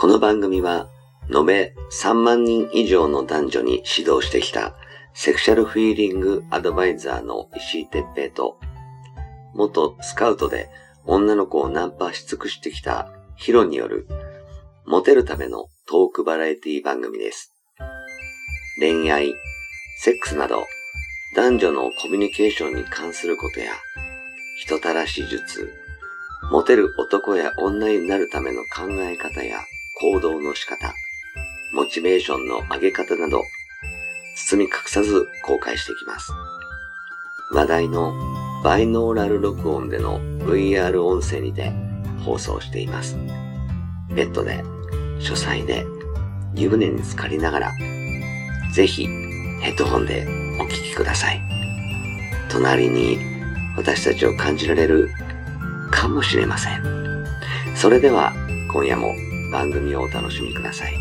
の番組は延べ3万人以上の男女に指導してきたセクシャルフィーリングアドバイザーの石井哲平と、元スカウトで女の子をナンパし尽くしてきたヒロによるモテるためのトークバラエティ番組です。恋愛、セックスなど男女のコミュニケーションに関することや人たらし術、モテる男や女になるための考え方や行動の仕方、モチベーションの上げ方など包み隠さず公開していきます。話題のバイノーラル録音での VR 音声にて放送しています。ベッドで、書斎で、湯船に浸かりながら、ぜひヘッドホンでお聞きください。隣に私たちを感じられるかもしれません。それでは今夜も番組をお楽しみください。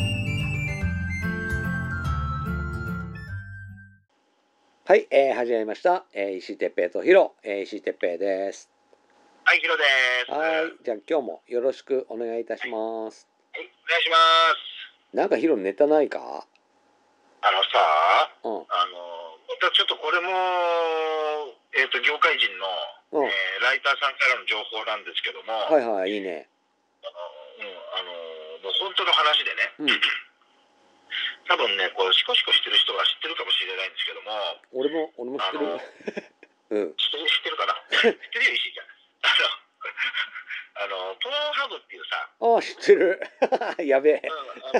はい、始めました。石井哲平とヒロ、石井哲平です。 はい、ヒロです。 はい、じゃあ今日もよろしくお願いいたします。 はい、お願いします。 なんかヒロネタないか？ またちょっとこれも、業界人の、ライターさんからの情報なんですけども、 はいはい、いいね。 もう本当の話でね、多分ね、こうシコシコしてる人は知ってるかもしれないんですけども、 俺も知ってる。 知ってるかな？知ってるよ、石井ちゃん。ポーンハブっていうさ、 知ってる。やべえ。 エ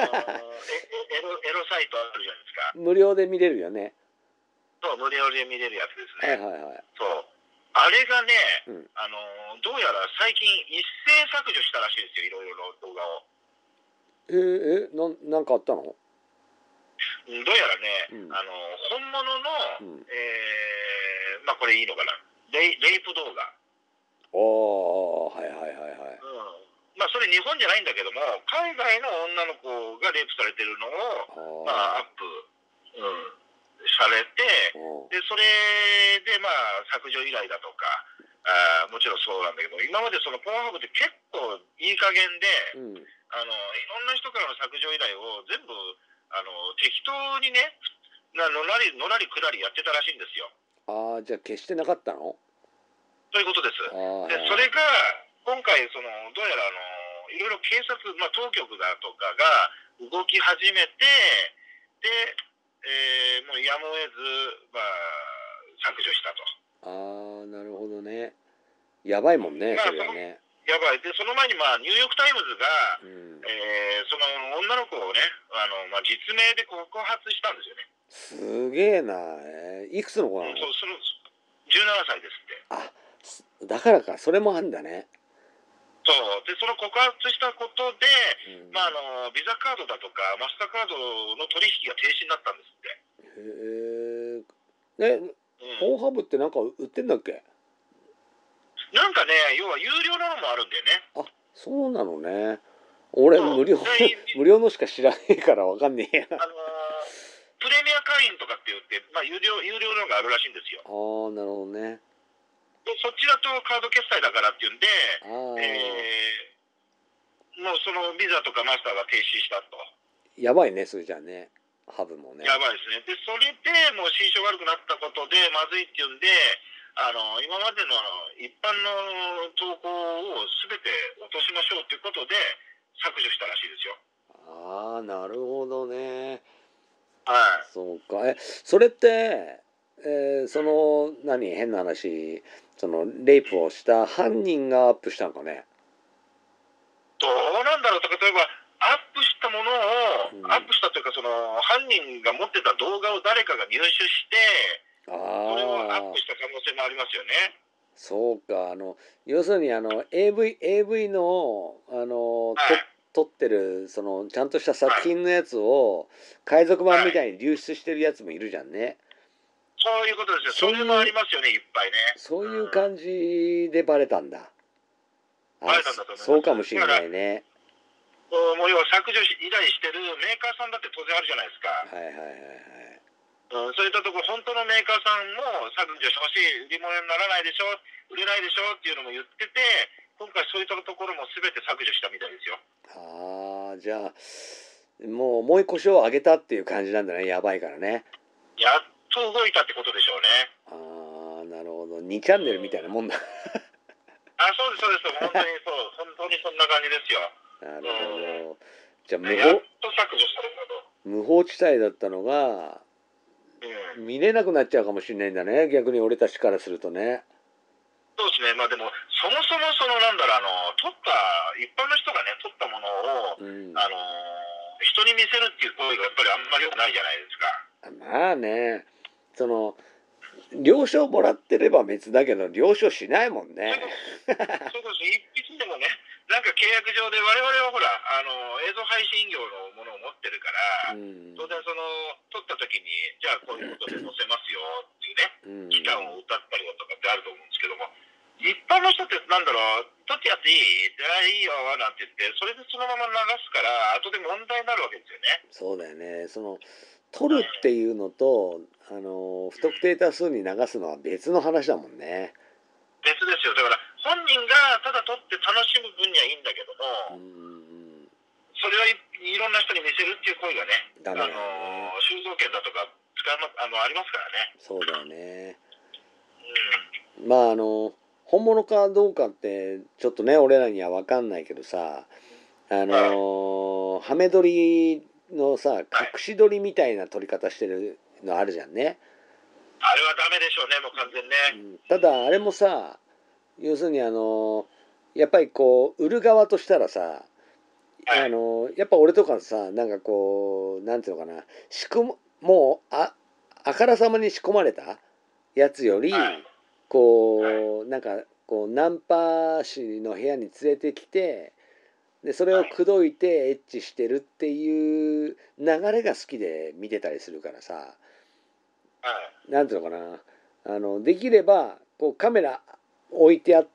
ロサイトあるじゃないですか。 無料で見れるよね。 そう、無料で見れるやつですね。 はいはいはい。 そう。あれがね、どうやら最近一斉削除したらしいですよ、いろいろの動画を。 なんかあったの？ どうやらね、本物の、これいいのかな、レイプ動画。 はいはいはいはい。 それ日本じゃないんだけども、海外の女の子がレイプされてるのを、アップ、されて、で、それで削除依頼だとか、もちろんそうなんだけど、今までそのポーンハブって結構いい加減で、いろんな人からの削除依頼を全部、適当にね、のらりくらりやってたらしいんですよ。 じゃあ消してなかったの？ そういうことです。で、それが、今回、どうやら、いろいろ警察、当局だとかが動き始めて、で、もうやむを得ず、削除したと。 なるほどね。やばいもんね、それはね。 やばい。で、その前に、ニューヨークタイムズが、その女の子をね、実名で告発したんですよね。 すげえな。いくつの子なの？ 17歳ですって。 だからか、それもあんだね。 そうで、その告発したことで、ビザカードだとかマスターカードの取引が停止になったんですって。 ポーンハブってなんか売ってんだっけ？ なんかね、要は有料なのもあるんだよね。 そうなのね。俺無料のしか知らねえからわかんねえや。 プレミア会員とかって言って、有料のがあるらしいんですよ。 なるほどね。 そっちだとカード決済だからっていうんで、もうそのビザとかマスターが停止したと。 やばいね、それじゃあね。ハブもね。 やばいですね。で、それでもう心象悪くなったことでまずいっていうんで、今までの一般の投稿を全て落としましょうということで削除したらしいですよ。 なるほどね。 はい。 そうか。それって、変な話、レイプをした犯人がアップしたのかね？ どうなんだろうとか、例えばアップしたものを、アップしたというか、その犯人が持ってた動画を誰かが入手して、それをアップした可能性もありますよね。 そうか。要するにAV の撮ってるちゃんとした作品のやつを海賊版みたいに流出してるやつもいるじゃんね。 そういうことですよ。それもありますよね、いっぱいね。 そういう感じでバレたんだ。 バレたんだと思います。 そうかもしれないね。 もう要は削除依頼してるメーカーさんだって当然あるじゃないですか。 はいはいはいはい。 そういったところ、本当のメーカーさんも削除してほしい、売り物にならないでしょ、売れないでしょっていうのも言ってて、 今回そういったところも全て削除したみたいですよ。 ああ、じゃあ、もう重い腰を上げたっていう感じなんだね。やばいからね。 やっと動いたってことでしょうね。 ああ、なるほど。2チャンネルみたいなもんだ。 そうです、そうです。本当にそう。本当にそんな感じですよ。 なるほど。じゃあやっと削除されたと。 無法地帯だったのが、見れなくなっちゃうかもしれないんだね。逆に俺たちからするとね。 そうですね。まあでも、そもそもなんだろう、撮った、一般の人がね、撮ったものを、人に見せるっていう行為がやっぱりあんまり良くないじゃないですか。 まあね、了承もらってれば別だけど、了承しないもんね。 そうです。一筆でもね、なんか契約上で我々はほら、映像配信業のものを持ってるから、当然撮った時に、じゃあこういうことで載せますよっていうね、期間を歌ったりだとかってあると思うんですけども、一般の人ってなんだろう、撮ってやっていい？いいよなんて言って、それでそのまま流すから、後で問題になるわけですよね。 そうだよね。撮るっていうのと、不特定多数に流すのは別の話だもんね。 別ですよ。だから本人がただ撮って楽しむ分にはいいんだけども、それはいろんな人に見せるっていう行為がね、 ダメだよね。 収蔵権だとかありますからね。 そうだよね。まあ本物かどうかってちょっとね俺らには分かんないけどさ、ハメ撮りのさ隠し撮りみたいな撮り方してるのあるじゃんね。 あれはダメでしょうね、もう完全ね。 ただあれもさ、要するにやっぱりこう売る側としたらさ、やっぱ俺とかさ、なんかこうなんていうのかな、もうあからさまに仕込まれたやつより、こうなんかこうナンパ師の部屋に連れてきて、でそれを口説いてエッチしてるっていう流れが好きで見てたりするからさ、なんていうのかな、できればこうカメラ置いてあって、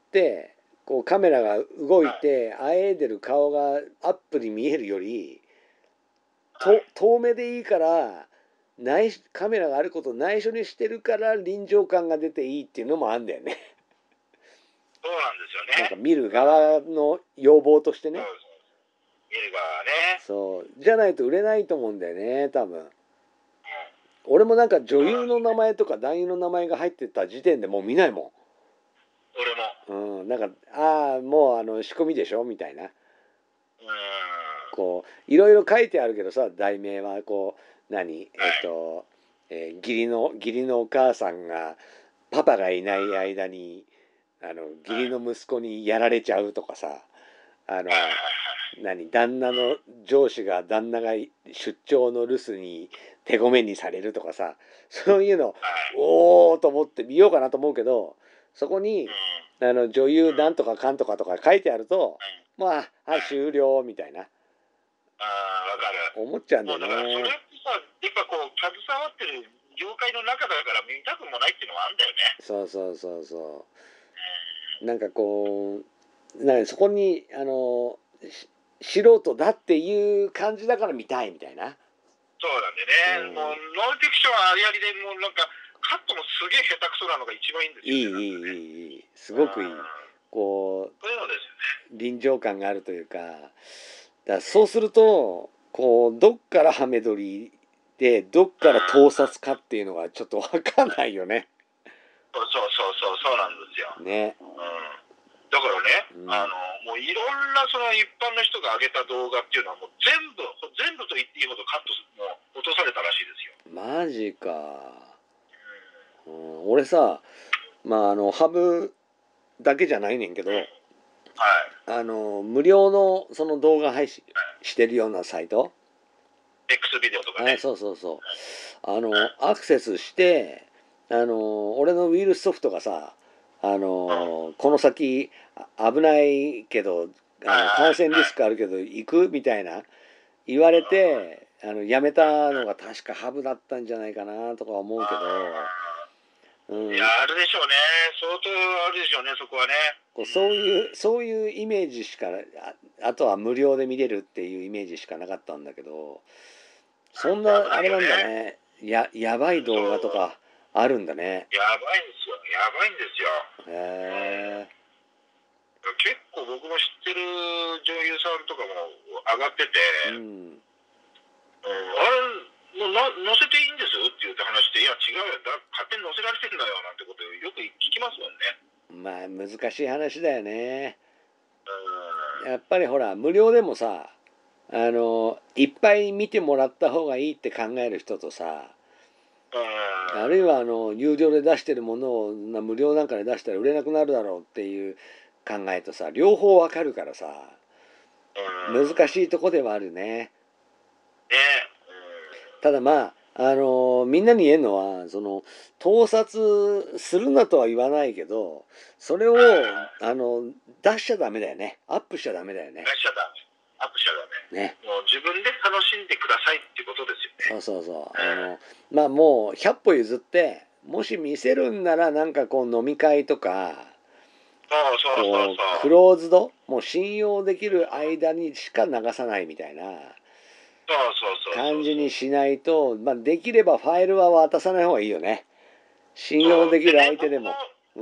こうカメラが動いてあえいでる顔がアップに見えるより、遠目でいいからカメラがあることを内緒にしてるから臨場感が出ていいっていうのもあるんだよね。 そうなんですよね。 なんか見る側の要望としてね。 見る側ね。 そうじゃないと売れないと思うんだよね、多分。俺もなんか女優の名前とか男優の名前が入ってた時点でもう見ないもん。 俺も。 なんかもう仕込みでしょみたいな。こういろいろ書いてあるけどさ、題名はこう義理のお母さんがパパがいない間に義理の息子にやられちゃうとかさ、旦那の上司が旦那が出張の留守に手ごめにされるとかさ、そういうのおーと思って見ようかなと思うけど、そこに女優なんとかかんとかとか書いてあると、まあはい終了みたいなわかる。 思っちゃうんだよね。 だからそれってさ、やっぱこう携わってる業界の中だから見たくもないっていうのはあるんだよね。 そうなんかこうそこに素人だっていう感じだから見たいみたいな。 そうなんでね、もうノンフィクションありありでもうなんかカットもすげえ下手くそなのが一番いいんですよね。 いいすごくいい。こうそういうのですよね。 臨場感があるというか、だそうするとこうどっからハメ撮りでどっから盗撮かっていうのがちょっと分かんないよね。 そうなんですよ。 ね。 だからね、もういろんなその一般の人が上げた動画っていうのはもう全部と言っていいほどカットもう落とされたらしいですよ。 マジか。俺さ、ハブだけじゃないねんけど、無料のその動画配信してるようなサイト、 X ビデオとかね。 アクセスして、俺のウイルスソフトがさ、この先危ないけど感染リスクあるけど行くみたいな言われてやめたのが確かハブだったんじゃないかなとか思うけど、 いやあるでしょうね、相当あるでしょうね、そこはね。 そういうイメージしか、あとは無料で見れるっていうイメージしかなかったんだけど、そんなあれなんだね。やばい動画とかあるんだね。 やばいんですよ。へえ。結構僕の知ってる女優さんとかも上がってて、あれもう載せていいんですって言って話して、いや違うよ、勝手に載せられてんだよなんてことよく聞きますもんね。 まあ難しい話だよね。やっぱりほら無料でもさ、いっぱい見てもらった方がいいって考える人とさ、あるいは有料で出してるものを無料なんかで出したら売れなくなるだろうっていう考えとさ、両方わかるからさ、難しいとこではあるね。ただまあみんなに言えるのは、盗撮するなとは言わないけど、それを出しちゃダメだよね。アップしちゃダメだよね。 出しちゃダメ。アップしちゃダメ。ね。もう自分で楽しんでくださいってことですよね。 そうそうそう。まあもう100歩譲って、もし見せるんならなんかこう飲み会とか、クローズド、もう信用できる間にしか流さないみたいな感じにしないと、まあできればファイルは渡さない方がいいよね。信用できる相手でも。 そう、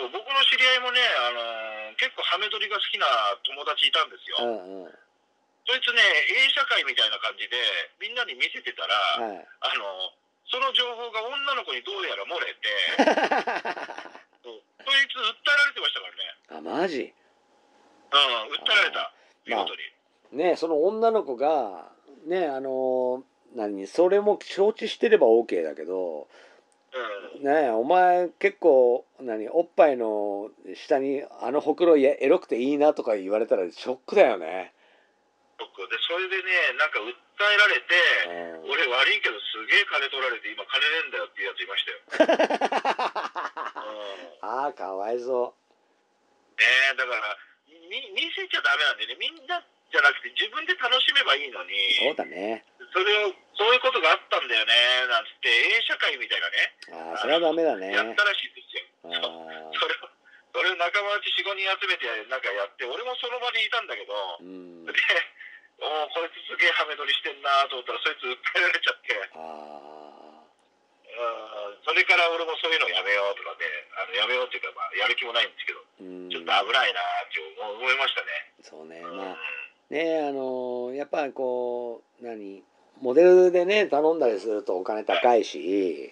僕の知り合いもね、結構ハメ撮りが好きな友達いたんですよ。そいつね、映写会みたいな感じでみんなに見せてたら、その情報が女の子にどうやら漏れてそいつ訴えられてましたからね。 あ、マジ？ 訴えられた。見事に。 ね、その女の子がね、それも承知してれば OK だけど、ねえ、お前結構おっぱいの下にほくろエロくていいなとか言われたらショックだよね。 ショックで、それでね、なんか訴えられて、俺悪いけどすげえ金取られて今金ねえんだよっていうやついましたよ。 ああ、かわいそう。 ねえ、だから見せちゃダメなんでね、みんなじゃなくて自分で楽しめばいいのに。 そうだね。 そういうことがあったんだよねなんつって映写会みたいなね。 それはダメだね。 やったらしいですよ。それを仲間内 4,5 人集めてなんかやって、俺もその場にいたんだけど、で、こいつすげえハメ撮りしてんなと思ったらそいつ訴えられちゃって。それから俺もそういうのやめようとかね、やめようっていうか、まあ、やる気もないんですけど、ちょっと危ないなって思いましたね。 そうね、まあね、やっぱりこうモデルでね頼んだりするとお金高いし、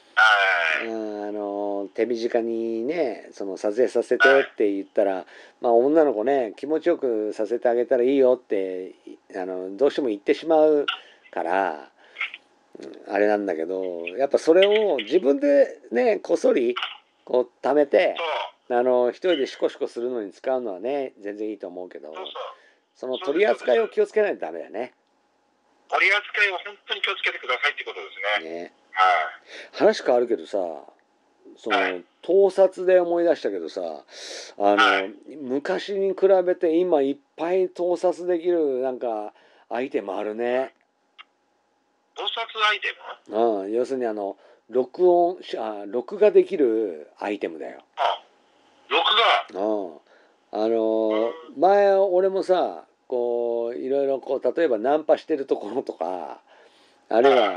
手短にねその撮影させてって言ったら、まあ女の子ね気持ちよくさせてあげたらいいよってどうしても言ってしまうからあれなんだけど、やっぱそれを自分でねこっそりこう貯めて一人でシコシコするのに使うのはね全然いいと思うけど、その取り扱いを気をつけないとダメだよね。 取り扱いを本当に気をつけてくださいってことですね。 話変わるけどさ、盗撮で思い出したけどさ、昔に比べて今いっぱい盗撮できるなんかアイテムあるね。 盗撮アイテム？ 要するに録画できるアイテムだよ。 録画？ 前俺もさこういろいろこう例えばナンパしてるところとか、あるいは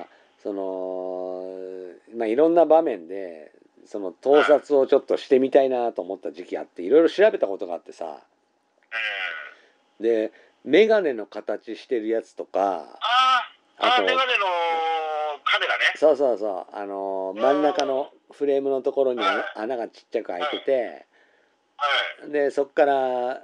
まあいろんな場面でその盗撮をちょっとしてみたいなと思った時期あって、いろいろ調べたことがあってさ、でメガネの形してるやつとか、 あとメガネのカメラね。 そうそうそう、真ん中のフレームのところに穴がちっちゃく開いてて、でそっから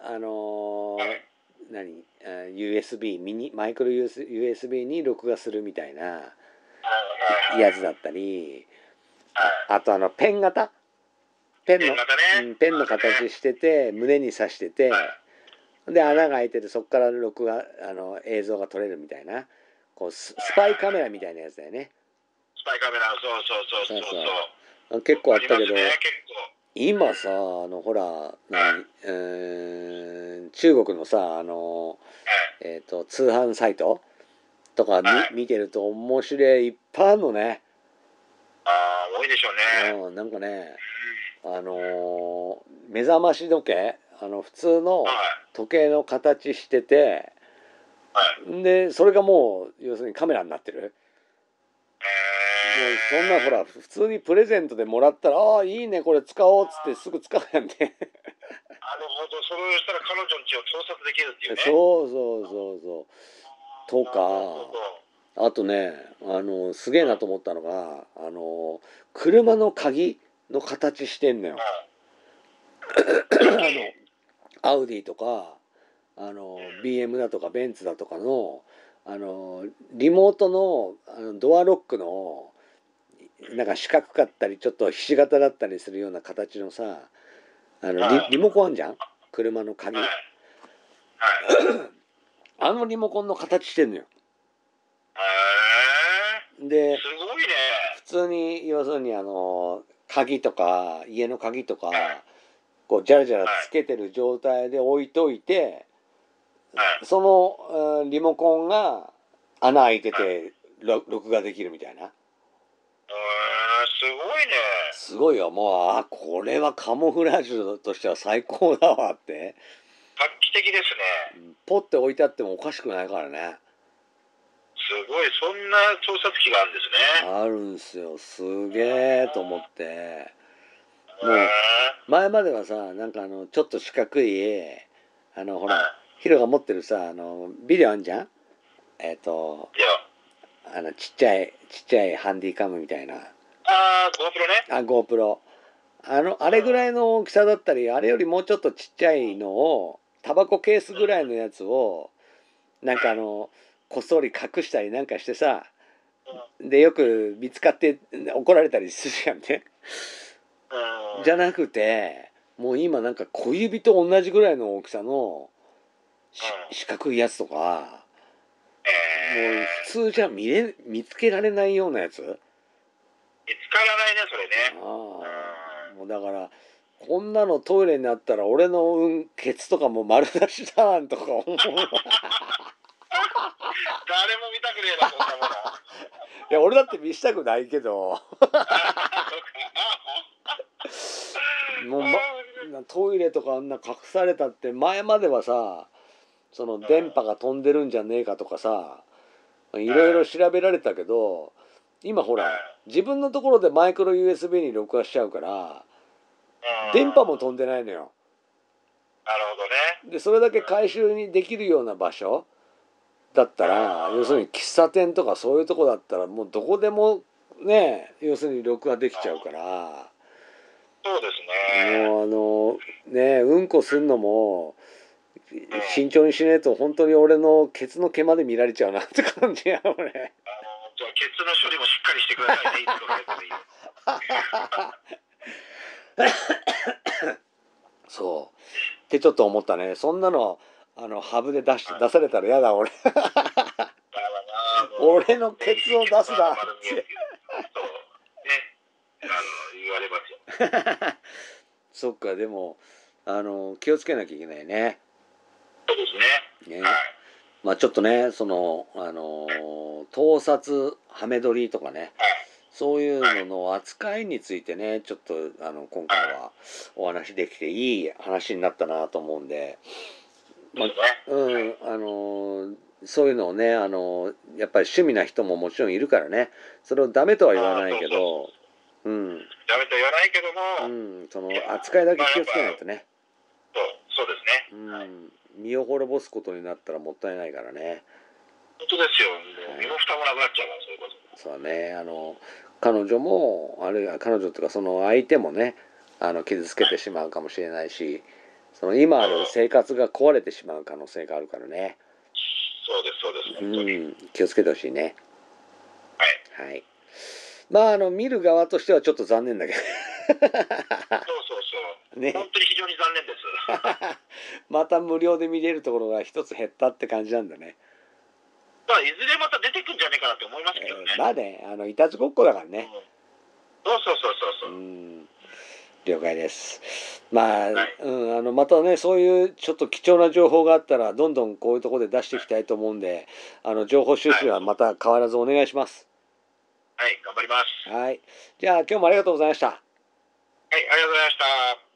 USB マイクロ USB に録画するみたいなやつだったり、あとペン型ペンの形してて胸に刺してて、で穴が開いててそっから録画映像が撮れるみたいな、こうスパイカメラみたいなやつだよね。 スパイカメラ、そう結構あったけど、今さほら中国のさ通販サイトとか見てると面白いいっぱいあるのね。 多いでしょうね。なんかね目覚まし時計普通の時計の形してて、でそれがもう要するにカメラになってる。 そんなほら普通にプレゼントでもらったら「ああいいねこれ使おう」っつってすぐ使うやんね。 なるほど、それをしたら彼女の家を盗撮できるっていうね。 そうそうそうそうとか、あとねすげえなと思ったのが車の鍵の形してんのよ。アウディとかBM だとかベンツだとかのリモートのドアロックのなんか四角かったりちょっとひし形だったりするような形のさリモコンあんじゃん車の鍵。リモコンの形してんのよ。で、 すごいね。 普通に要するに鍵とか家の鍵とかこうジャラジャラつけてる状態で置いといて、そのリモコンが穴開いてて録画できるみたいな。 すごいね。 すごいよ。もうこれはカモフラージュとしては最高だわって。 画期的ですね。 ポッて置いてあってもおかしくないからね。 すごい、そんな盗撮機があるんですね。 あるんすよ。すげえと思って。もう前まではさなんかちょっと四角いほらヒロが持ってるさビデオあんじゃん。ちっちゃいハンディカムみたいな。 GoPro ね。あれぐらいの大きさだったりあれよりもうちょっとちっちゃいのをタバコケースぐらいのやつをなんかこっそり隠したりなんかしてさでよく見つかって怒られたりするやんね。じゃなくてもう今なんか小指と同じぐらいの大きさの四角いやつとかもう普通じゃ見つけられないようなやつ。 見つからないねそれね。 もうだからこんなのトイレにあったら俺のケツとかも丸出しだんとか思う。誰も見たくねえなそんなもの。 いや俺だって見したくないけどもう、トイレとかあんな隠されたって前まではさその電波が飛んでるんじゃねえかとかさいろいろ調べられたけど今ほら自分のところでマイクロ USB に録画しちゃうから電波も飛んでないのよ。 なるほどね。 でそれだけ回収にできるような場所だったら要するに喫茶店とかそういうとこだったらもうどこでもね要するに録画できちゃうから。 そうですね。 もううんこすんのも慎重にしねえと本当に俺のケツの毛まで見られちゃうなって感じや俺。 じゃあケツの処理もしっかりしてくださいね。いつもそうってちょっと思ったね。そんなのハブで出されたら嫌だ俺。俺のケツを出すなって言われますよ。 そっかでも気をつけなきゃいけないね。 そうですね。 まあちょっとね盗撮ハメ撮りとかねそういうのの扱いについてねちょっと今回はお話できていい話になったなと思うんで、そういうのをねやっぱり趣味な人ももちろんいるからねそれをダメとは言わないけどダメと言わないけども、 その扱いだけ気をつけないとね。 そうですね。 身を滅ぼすことになったらもったいないからね。 本当ですよ。身も蓋もなくなっちゃうからそういうこと。 そうね彼女もあるいは彼女とかその相手もね傷つけてしまうかもしれないしその今ある生活が壊れてしまう可能性があるからね。 そうです。 気をつけてほしいね。はい。まあ見る側としてはちょっと残念だけど。 そう。ね。本当に非常に残念です。 また無料で見れるところが一つ減ったって感じなんだね。 まあいずれまた出てくんじゃねえかなって思いますけどね。 まあねいたちごっこだからね。 そう。 了解です。まあ、またねそういうちょっと貴重な情報があったらどんどんこういうところで出していきたいと思うんで情報収集はまた変わらずお願いします。 はい、頑張ります。 はい。じゃあ今日もありがとうございました。 はい、ありがとうございました。